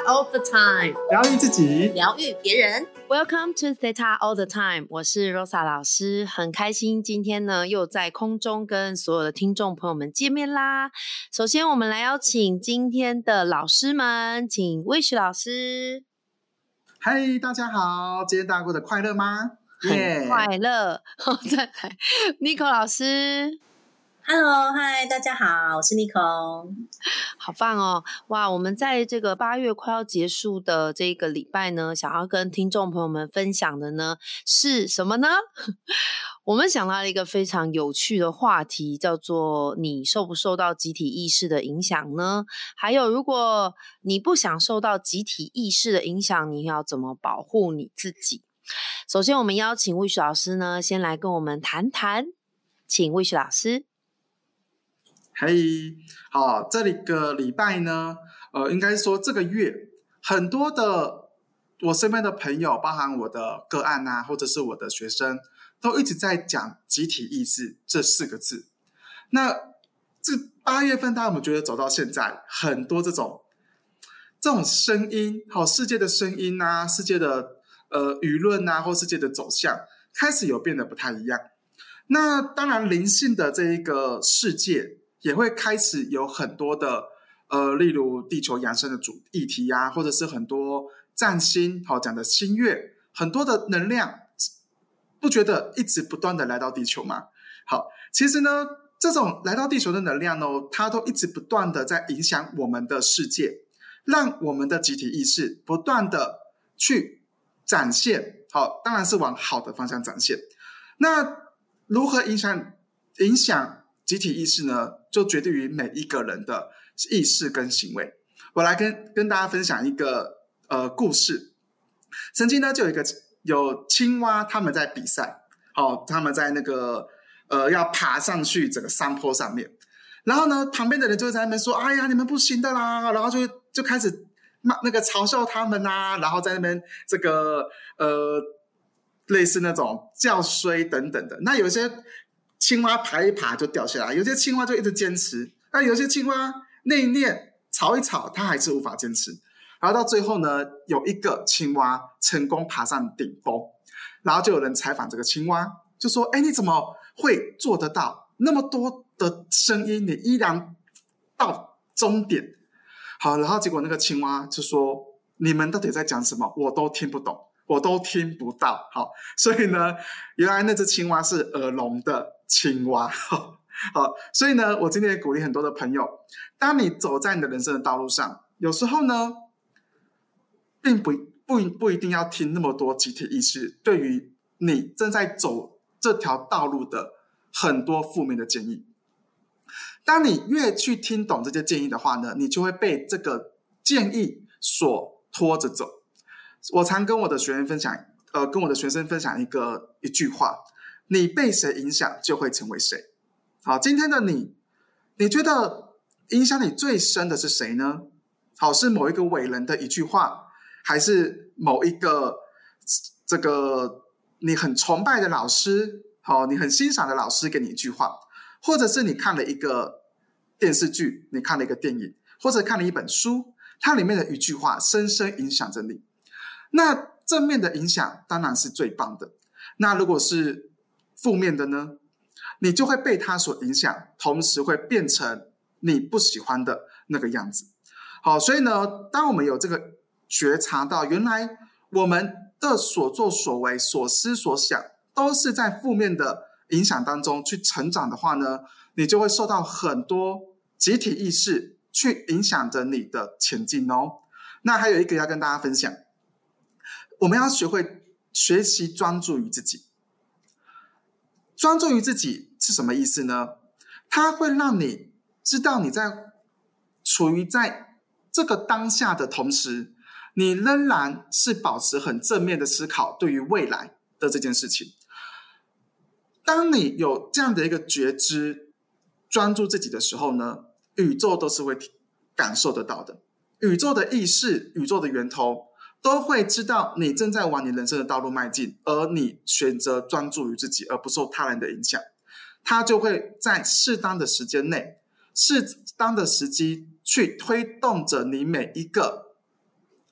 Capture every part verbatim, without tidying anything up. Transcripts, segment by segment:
All the time， 疗愈自己， 疗愈别人。 Welcome to Theta All the Time， 我是 Rosa 老师，很开心今天呢又在空中跟所有的听众朋友们见面啦。首先我们来邀请今天的老师们，请 Wish 老师。 嗨，大家好，今天大家过得快乐吗？ 很快乐。再来 Nico 老师。 Hello， 嗨，大家好，我是 Nico。 好棒哦！哇，我们在这个八月快要结束的这个礼拜呢，想要跟听众朋友们分享的呢是什么呢？我们想到了一个非常有趣的话题，叫做你受不受到集体意识的影响呢？还有，如果你不想受到集体意识的影响，你要怎么保护你自己？首先，我们邀请 Wish 老师呢，先来跟我们谈谈，请 Wish 老师。 嘿，好，这里个礼拜呢，呃，应该说这个月，很多的我身边的朋友，包含我的个案啊，或者是我的学生，都一直在讲集体意识这四个字。那这八月份，大家有没有觉得走到现在，很多这种这种声音，好，世界的声音啊，世界的呃舆论啊，或世界的走向，开始有变得不太一样。那当然，灵性的这一个世界也会开始有很多的呃，例如地球养生的主议题啊，或者是很多占星好讲的新月，很多的能量，不觉得一直不断的来到地球吗？好，其实呢，这种来到地球的能量呢，它都一直不断的在影响我们的世界，让我们的集体意识不断的去展现，好，当然是往好的方向展现。那如何影响影响集体意识呢？就决定于每一个人的意识跟行为。我来跟跟大家分享一个呃故事。曾经呢，就有一个有青蛙，他们在比赛，哦，他们在那个呃要爬上去整个山坡上面，然后呢，旁边的人就在那边说：“哎呀，你们不行的啦！”然后就就开始骂那个嘲笑他们啊，然后在那边这个呃类似那种叫衰等等的。那有些青蛙爬一爬就掉下来，有些青蛙就一直坚持，那有些青蛙内敛吵一吵，它还是无法坚持。然后到最后呢，有一个青蛙成功爬上顶峰，然后就有人采访这个青蛙，就说：“哎，你怎么会做得到？那么多的声音，你依然到终点。”好，然后结果那个青蛙就说：“你们到底在讲什么？我都听不懂，我都听不到。”好，所以呢，原来那只青蛙是耳聋的青蛙。好，所以呢，我今天也鼓励很多的朋友，当你走在你的人生的道路上，有时候呢，并不不不一定要听那么多集体意识对于你正在走这条道路的很多负面的建议。当你越去听懂这些建议的话呢，你就会被这个建议所拖着走。我常跟我的学员分享，呃，跟我的学生分享一个一句话：你被谁影响，就会成为谁。好，今天的你，你觉得影响你最深的是谁呢？好，是某一个伟人的一句话，还是某一个这个你很崇拜的老师，好，你很欣赏的老师给你一句话，或者是你看了一个电视剧，你看了一个电影，或者看了一本书，它里面的一句话深深影响着你。那正面的影响当然是最棒的，那如果是负面的呢，你就会被它所影响，同时会变成你不喜欢的那个样子。好，所以呢，当我们有这个觉察到原来我们的所作所为所思所想都是在负面的影响当中去成长的话呢，你就会受到很多集体意识去影响着你的前进哦。那还有一个要跟大家分享，我们要学会学习专注于自己。专注于自己是什么意思呢？它会让你知道你在处于在这个当下的同时，你仍然是保持很正面的思考对于未来的这件事情。当你有这样的一个觉知，专注自己的时候呢，宇宙都是会感受得到的。宇宙的意识，宇宙的源头都会知道你正在往你人生的道路迈进，而你选择专注于自己，而不受他人的影响，它就会在适当的时间内，适当的时机去推动着你每一个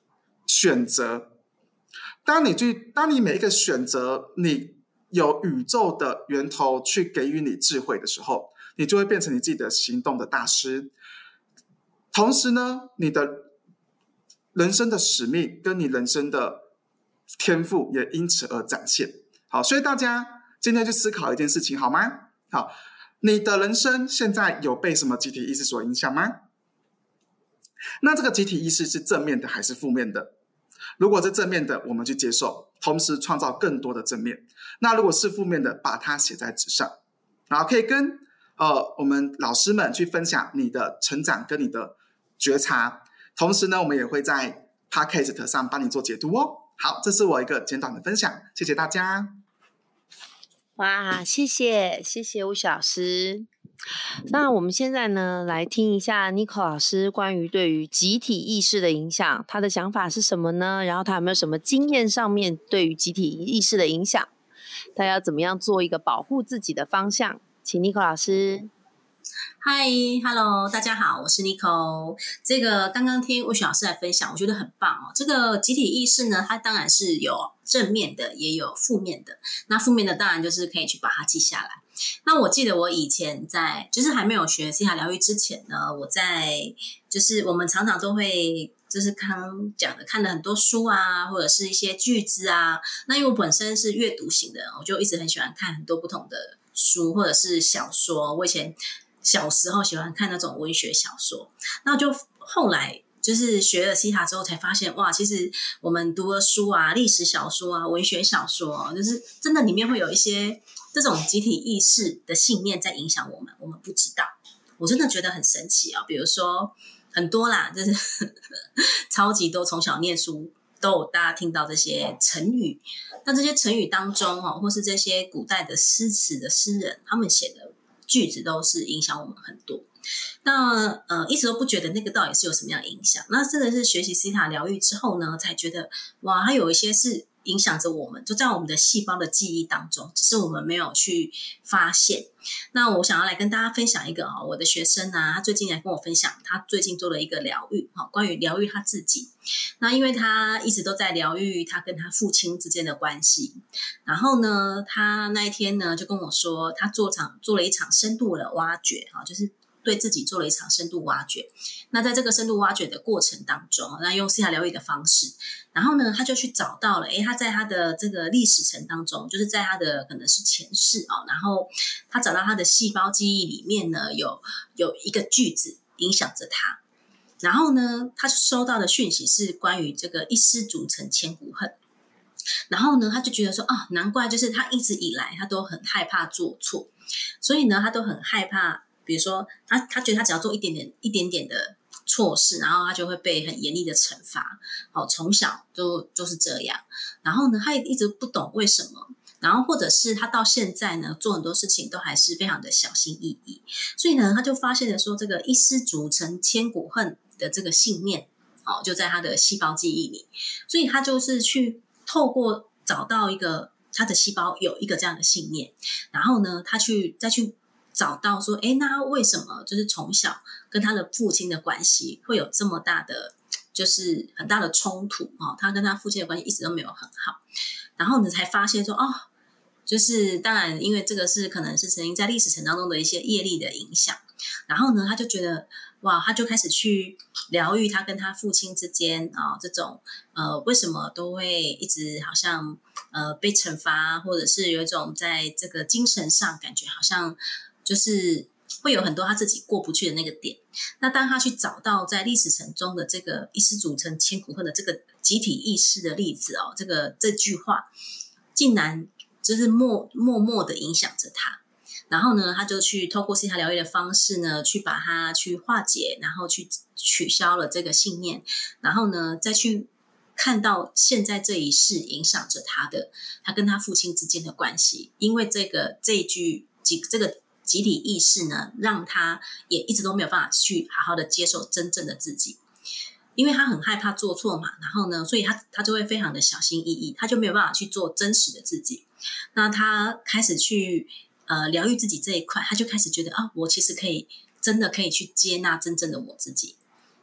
选择。当你去，当你每一个选择，你有宇宙的源头去给予你智慧的时候，你就会变成你自己的行动的大师。同时呢，你的人生的使命跟你人生的天赋也因此而展现。好，所以大家今天去思考一件事情好吗？好，你的人生现在有被什么集体意识所影响吗？那这个集体意识是正面的还是负面的？如果是正面的，我们去接受，同时创造更多的正面。那如果是负面的，把它写在纸上，然后可以跟呃我们老师们去分享你的成长跟你的觉察。同时呢，我们也会在 Podcast 上帮你做解读哦。好，这是我一个简短的分享，谢谢大家。 哇，谢谢谢谢吴老师。那我们现在呢，来听一下 Nico 老师关于对于集体意识的影响，他的想法是什么呢？然后他有没有什么经验上面对于集体意识的影响？他要怎么样做一个保护自己的方向？请 Nico 老师。 嗨 ，Hello， 大家好，我是 Nico。这个刚刚听魏雪老师来分享，我觉得很棒哦。这个集体意识呢，它当然是有正面的，也有负面的。那负面的当然就是可以去把它记下来。那我记得我以前在，就是还没有学西塔疗愈之前呢，我在就是我们常常都会就是刚讲的看了很多书啊，或者是一些句子啊。那因为我本身是阅读型的，我就一直很喜欢看很多不同的书或者是小说。我以前小时候喜欢看那种文学小说，那就后来就是学了西塔之后才发现，哇，其实我们读的书啊，历史小说啊，文学小说啊，就是真的里面会有一些这种集体意识的信念在影响我们，我们不知道。我真的觉得很神奇哦，比如说很多啦，就是超级多，从小念书都有大家听到这些成语。那这些成语当中哦，或是这些古代的诗词的诗人，他们写的句子都是影响我们很多。那呃，一直都不觉得那个到底是有什么样的影响。那真的是学习西塔疗愈之后呢，才觉得哇，它有一些是影响着我们，就在我们的细胞的记忆当中，只是我们没有去发现。那我想要来跟大家分享一个哦，我的学生啊，他最近来跟我分享，他最近做了一个疗愈，关于疗愈他自己。那因为他一直都在疗愈他跟他父亲之间的关系，然后呢，他那一天呢就跟我说，他做场做了一场深度的挖掘，就是对自己做了一场深度挖掘。那在这个深度挖掘的过程当中，那用西塔疗愈的方式，然后呢，他就去找到了，诶，他在他的这个历史层当中，就是在他的可能是前世哦，然后他找到他的细胞记忆里面呢，有有一个句子影响着他。然后呢，他收到的讯息是关于这个一失足成千古恨。然后呢，他就觉得说啊，难怪就是他一直以来他都很害怕做错，所以呢，他都很害怕，比如说他他觉得他只要做一点点一点点的错事，然后他就会被很严厉的惩罚。哦，从小就就是这样。然后呢，他也一直不懂为什么。然后或者是他到现在呢，做很多事情都还是非常的小心翼翼。所以呢，他就发现了说，这个一失足成千古恨的这个信念，哦，就在他的细胞记忆里。所以他就是去透过找到一个他的细胞有一个这样的信念，然后呢，他去再去找到说，诶，那为什么就是从小跟他的父亲的关系会有这么大的，就是很大的冲突哦？他跟他父亲的关系一直都没有很好。然后呢，才发现说，哦，就是当然，因为这个是可能是曾经在历史层当中的一些业力的影响。然后呢，他就觉得哇，他就开始去疗愈他跟他父亲之间啊、哦、这种呃为什么都会一直好像呃被惩罚，或者是有一种在这个精神上感觉好像就是会有很多他自己过不去的那个点。那当他去找到在历史层中的这个一失足成千古恨的这个集体意识的例子哦，这个这句话竟然就是默默默的影响着他。然后呢，他就去透过西塔疗愈的方式呢，去把它去化解，然后去取消了这个信念，然后呢，再去看到现在这一世影响着他的，他跟他父亲之间的关系。因为这个这一句这个集体意识呢，让他也一直都没有办法去好好的接受真正的自己。因为他很害怕做错嘛，然后呢，所以他他就会非常的小心翼翼，他就没有办法去做真实的自己。那他开始去呃，疗愈自己这一块，他就开始觉得啊，我其实可以真的可以去接纳真正的我自己。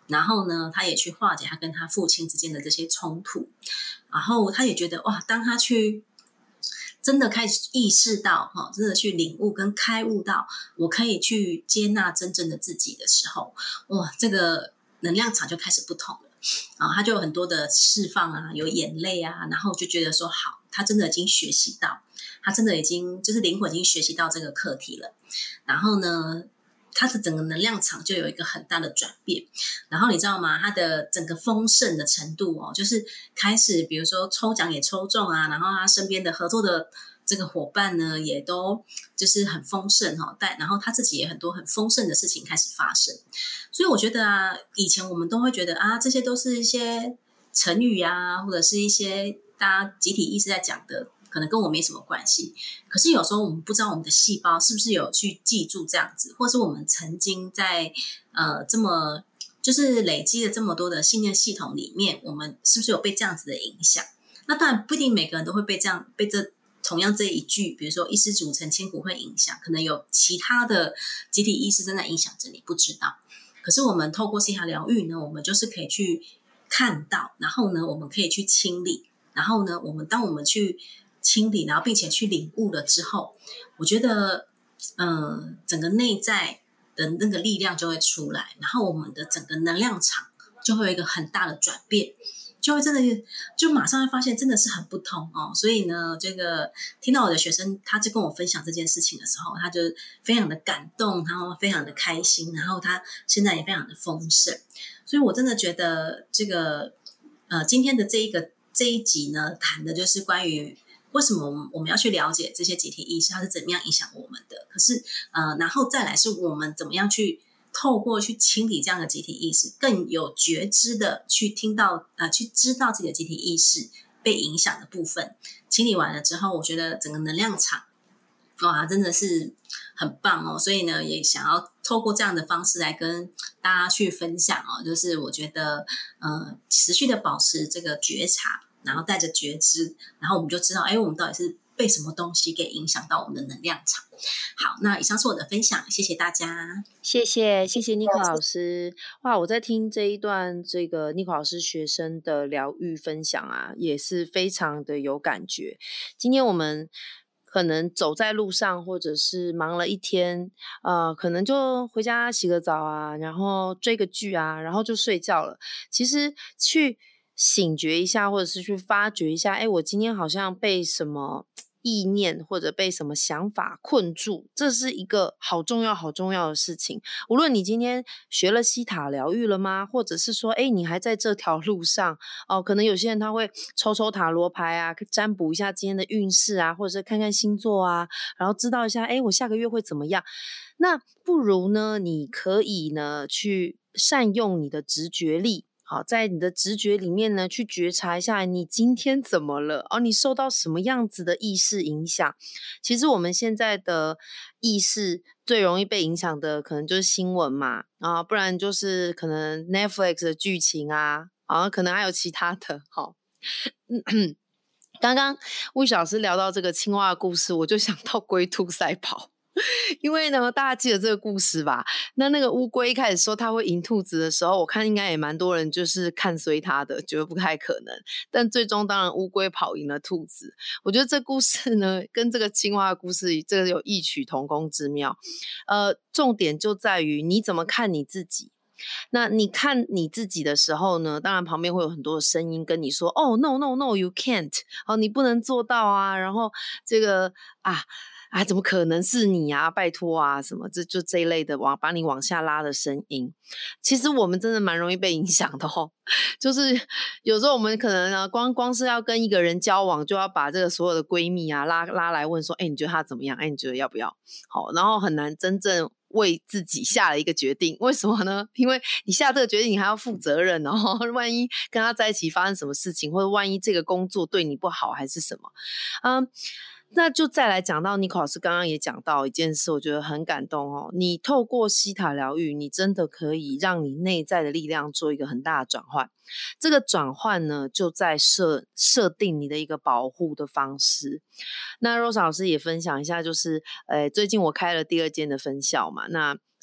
然后呢，他也去化解他跟他父亲之间的这些冲突，然后他也觉得哇，当他去真的开始意识到，哈，真的去领悟跟开悟到，我可以去接纳真正的自己的时候，哇，这个能量场就开始不同了啊，他就有很多的释放啊，有眼泪啊，然后就觉得说好，他真的已经学习到，他真的已经就是灵魂已经学习到这个课题了，然后呢，他的整个能量场就有一个很大的转变，然后你知道吗？他的整个丰盛的程度哦，就是开始比如说抽奖也抽中啊，然后他身边的合作的这个伙伴呢，也都就是很丰盛哈、哦，但然后他自己也很多很丰盛的事情开始发生，所以我觉得啊，以前我们都会觉得啊，这些都是一些成语啊，或者是一些大家集体意识在讲的。可能跟我没什么关系，可是有时候我们不知道我们的细胞是不是有去记住这样子，或是我们曾经在呃这么就是累积了这么多的信念系统里面，我们是不是有被这样子的影响？那当然不一定每个人都会被这样被这同样这一句，比如说一失足成千古会影响，可能有其他的集体意识正在影响着你，不知道。可是我们透过西塔疗愈呢，我们就是可以去看到，然后呢，我们可以去清理，然后呢，我们当我们去清理，然后并且去领悟了之后，我觉得呃，整个内在的那个力量就会出来，然后我们的整个能量场就会有一个很大的转变，就会真的就马上会发现真的是很不同哦。所以呢，这个听到我的学生他就跟我分享这件事情的时候，他就非常的感动，然后非常的开心，然后他现在也非常的丰盛。所以我真的觉得这个呃今天的这一个这一集呢，谈的就是关于为什么我们要去了解这些集体意识，它是怎么样影响我们的？可是，呃，然后再来是我们怎么样去透过去清理这样的集体意识，更有觉知的去听到，呃，去知道自己的集体意识被影响的部分。清理完了之后，我觉得整个能量场，哇，真的是很棒哦。所以呢，也想要透过这样的方式来跟大家去分享哦，就是我觉得，呃，持续的保持这个觉察。然后带着觉知，然后我们就知道，哎，我们到底是被什么东西给影响到我们的能量场。好，那以上是我的分享，谢谢大家。 谢谢，谢谢 Nico 老师。哇，我在听这一段这个 Nico 老师学生的疗愈分享啊，也是非常的有感觉。今天我们可能走在路上，或者是忙了一天，呃，可能就回家洗个澡啊，然后追个剧啊，然后就睡觉了。其实去醒觉一下，或者是去发掘一下，哎，我今天好像被什么意念或者被什么想法困住，这是一个好重要好重要的事情。无论你今天学了西塔疗愈了吗，或者是说哎，你还在这条路上哦，可能有些人他会抽抽塔罗牌啊，占卜一下今天的运势啊，或者是看看星座啊，然后知道一下哎，我下个月会怎么样。那不如呢，你可以呢去善用你的直觉力，好，在你的直觉里面呢，去觉察一下你今天怎么了，哦，你受到什么样子的意识影响。其实我们现在的意识最容易被影响的可能就是新闻嘛，啊，不然就是可能 Netflix 的剧情啊，啊，可能还有其他的。好，刚刚魏老师聊到这个青蛙的故事，我就想到龟兔赛跑。因为呢，大家记得这个故事吧？那那个乌龟一开始说他会赢兔子的时候，我看应该也蛮多人就是看衰他的，觉得不太可能。但最终当然乌龟跑赢了兔子。我觉得这故事呢，跟这个青蛙的故事这个有异曲同工之妙。呃，重点就在于你怎么看你自己。那你看你自己的时候呢，当然旁边会有很多的声音跟你说，哦 no no no you can't， 哦你不能做到啊，然后这个啊啊怎么可能是你啊，拜托啊什么，这就这一类的往把你往下拉的声音。其实我们真的蛮容易被影响的哦，就是有时候我们可能呢光光是要跟一个人交往，就要把这个所有的闺蜜啊拉拉来问说，哎你觉得他怎么样，哎你觉得要不要，好，然后很难真正为自己下了一个决定。为什么呢？因为你下这个决定你还要负责任哦，万一跟他在一起发生什么事情，或者万一这个工作对你不好还是什么。嗯，那就再来讲到Nico老师刚刚也讲到一件事，我觉得很感动哦。你透过西塔疗愈，你真的可以让你内在的力量做一个很大的转换。这个转换呢，就在设设定你的一个保护的方式。那 Rose 老师也分享一下，就是呃，最近我开了第二间的分校嘛，那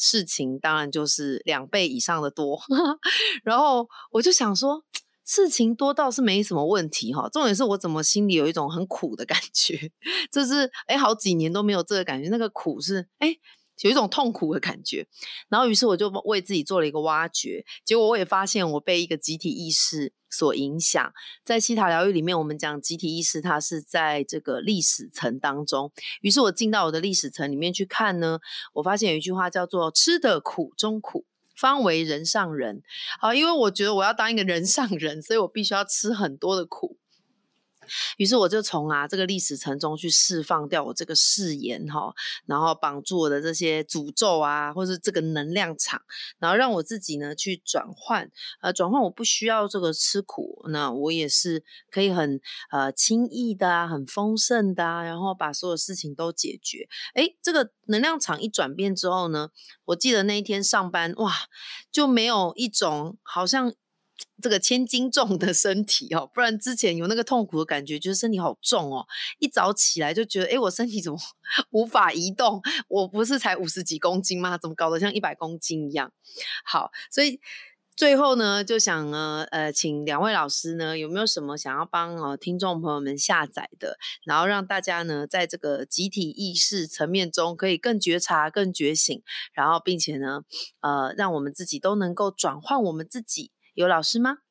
事情当然就是两倍以上的多。然后我就想说，事情多倒是没什么问题哈，重点是我怎么心里有一种很苦的感觉，就是哎，好几年都没有这个感觉，那个苦是哎。有一种痛苦的感觉，然后于是我就为自己做了一个挖掘，结果我也发现我被一个集体意识所影响。在西塔疗愈里面，我们讲集体意识它是在这个历史层当中，于是我进到我的历史层里面去看呢，我发现有一句话叫做吃得苦中苦方为人上人。好，因为我觉得我要当一个人上人，所以我必须要吃很多的苦。于是我就从啊这个历史层中去释放掉我这个誓言哈，然后绑住我的这些诅咒啊，或是这个能量场，然后让我自己呢去转换，呃，转换我不需要这个吃苦，那我也是可以很呃轻易的啊，很丰盛的啊，然后把所有事情都解决。诶，这个能量场一转变之后呢，我记得那一天上班哇，就没有一种好像这个千斤重的身体哦，不然之前有那个痛苦的感觉，就是身体好重哦，一早起来就觉得，诶，我身体怎么无法移动？我不是才五十几公斤吗？怎么搞得像一百公斤一样？好，所以最后呢，就想呢，呃，请两位老师呢，有没有什么想要帮呃听众朋友们下载的，然后让大家呢，在这个集体意识层面中，可以更觉察、更觉醒，然后并且呢，呃，让我们自己都能够转换我们自己。有老师吗？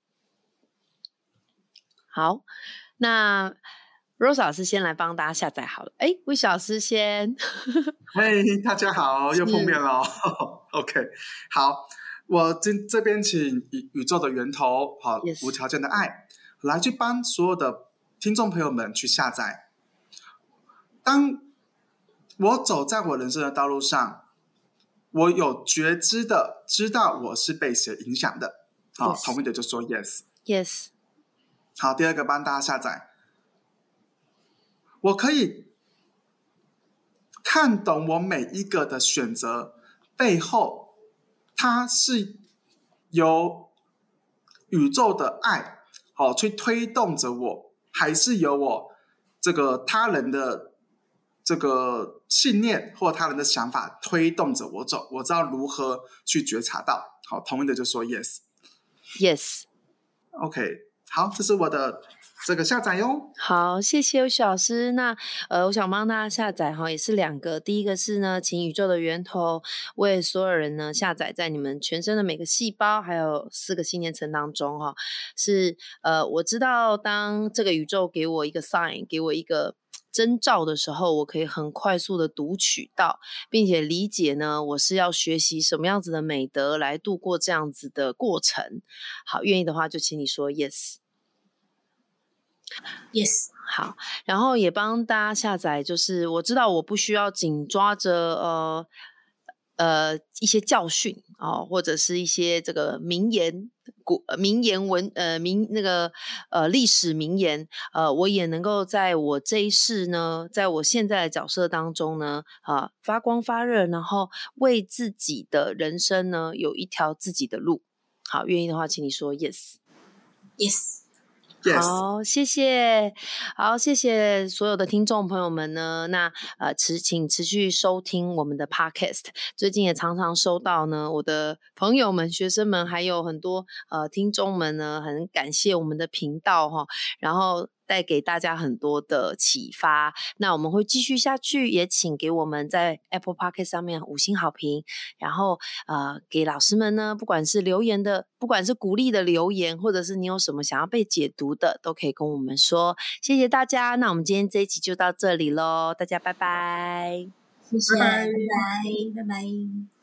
好，那 Rose 老师先来帮大家下载好了。哎，Wish 老师先。 嘿，大家好，又碰面了。OK， 好，我今这边请宇宇宙的源头，好， yes. 无条件的爱，来去帮所有的听众朋友们去下载。当我走在我人生的道路上，我有觉知的知道我是被谁影响的。好， yes. 同意的就说 yes yes。 好，第二个帮大家下载，我可以看懂我每一个的选择背后，它是由宇宙的爱好去推动着我，还是由我这个他人的这个信念或他人的想法推动着我走，我知道如何去觉察到。好，同意的就说 yes yes。 OK， 好，这是我的这个下载哟。 好，谢谢Wish老师。那呃，我想帮大家下载哈，也是两个。第一个是呢，请宇宙的源头为所有人呢下载在你们全身的每个细胞，还有四个信念层当中哈。是呃，我知道当这个宇宙给我一个 sign， 给我一个征兆的时候，我可以很快速的读取到，并且理解呢，我是要学习什么样子的美德来度过这样子的过程。好，愿意的话就请你说 yes。 Yes， 好，然后也帮大家下载，就是我知道我不需要紧抓着呃呃一些教训哦，或者是一些这个名言古名言文呃名那个呃历史名言，呃我也能够在我这一世呢，在我现在的角色当中呢，啊、呃、发光发热，然后为自己的人生呢有一条自己的路。好，愿意的话，请你说 yes。 Yes。 Yes. 好，谢谢，好，谢谢所有的听众朋友们呢。那呃，持请持续收听我们的 podcast。最近也常常收到呢，我的朋友们、学生们，还有很多呃听众们呢，很感谢我们的频道哈，然后带给大家很多的启发。那我们会继续下去，也请给我们在 Apple Podcast 上面五星好评，然后呃给老师们呢，不管是留言的，不管是鼓励的留言，或者是你有什么想要被解读的，都可以跟我们说。谢谢大家，那我们今天这一集就到这里咯，大家拜拜。 谢谢，拜拜，拜拜。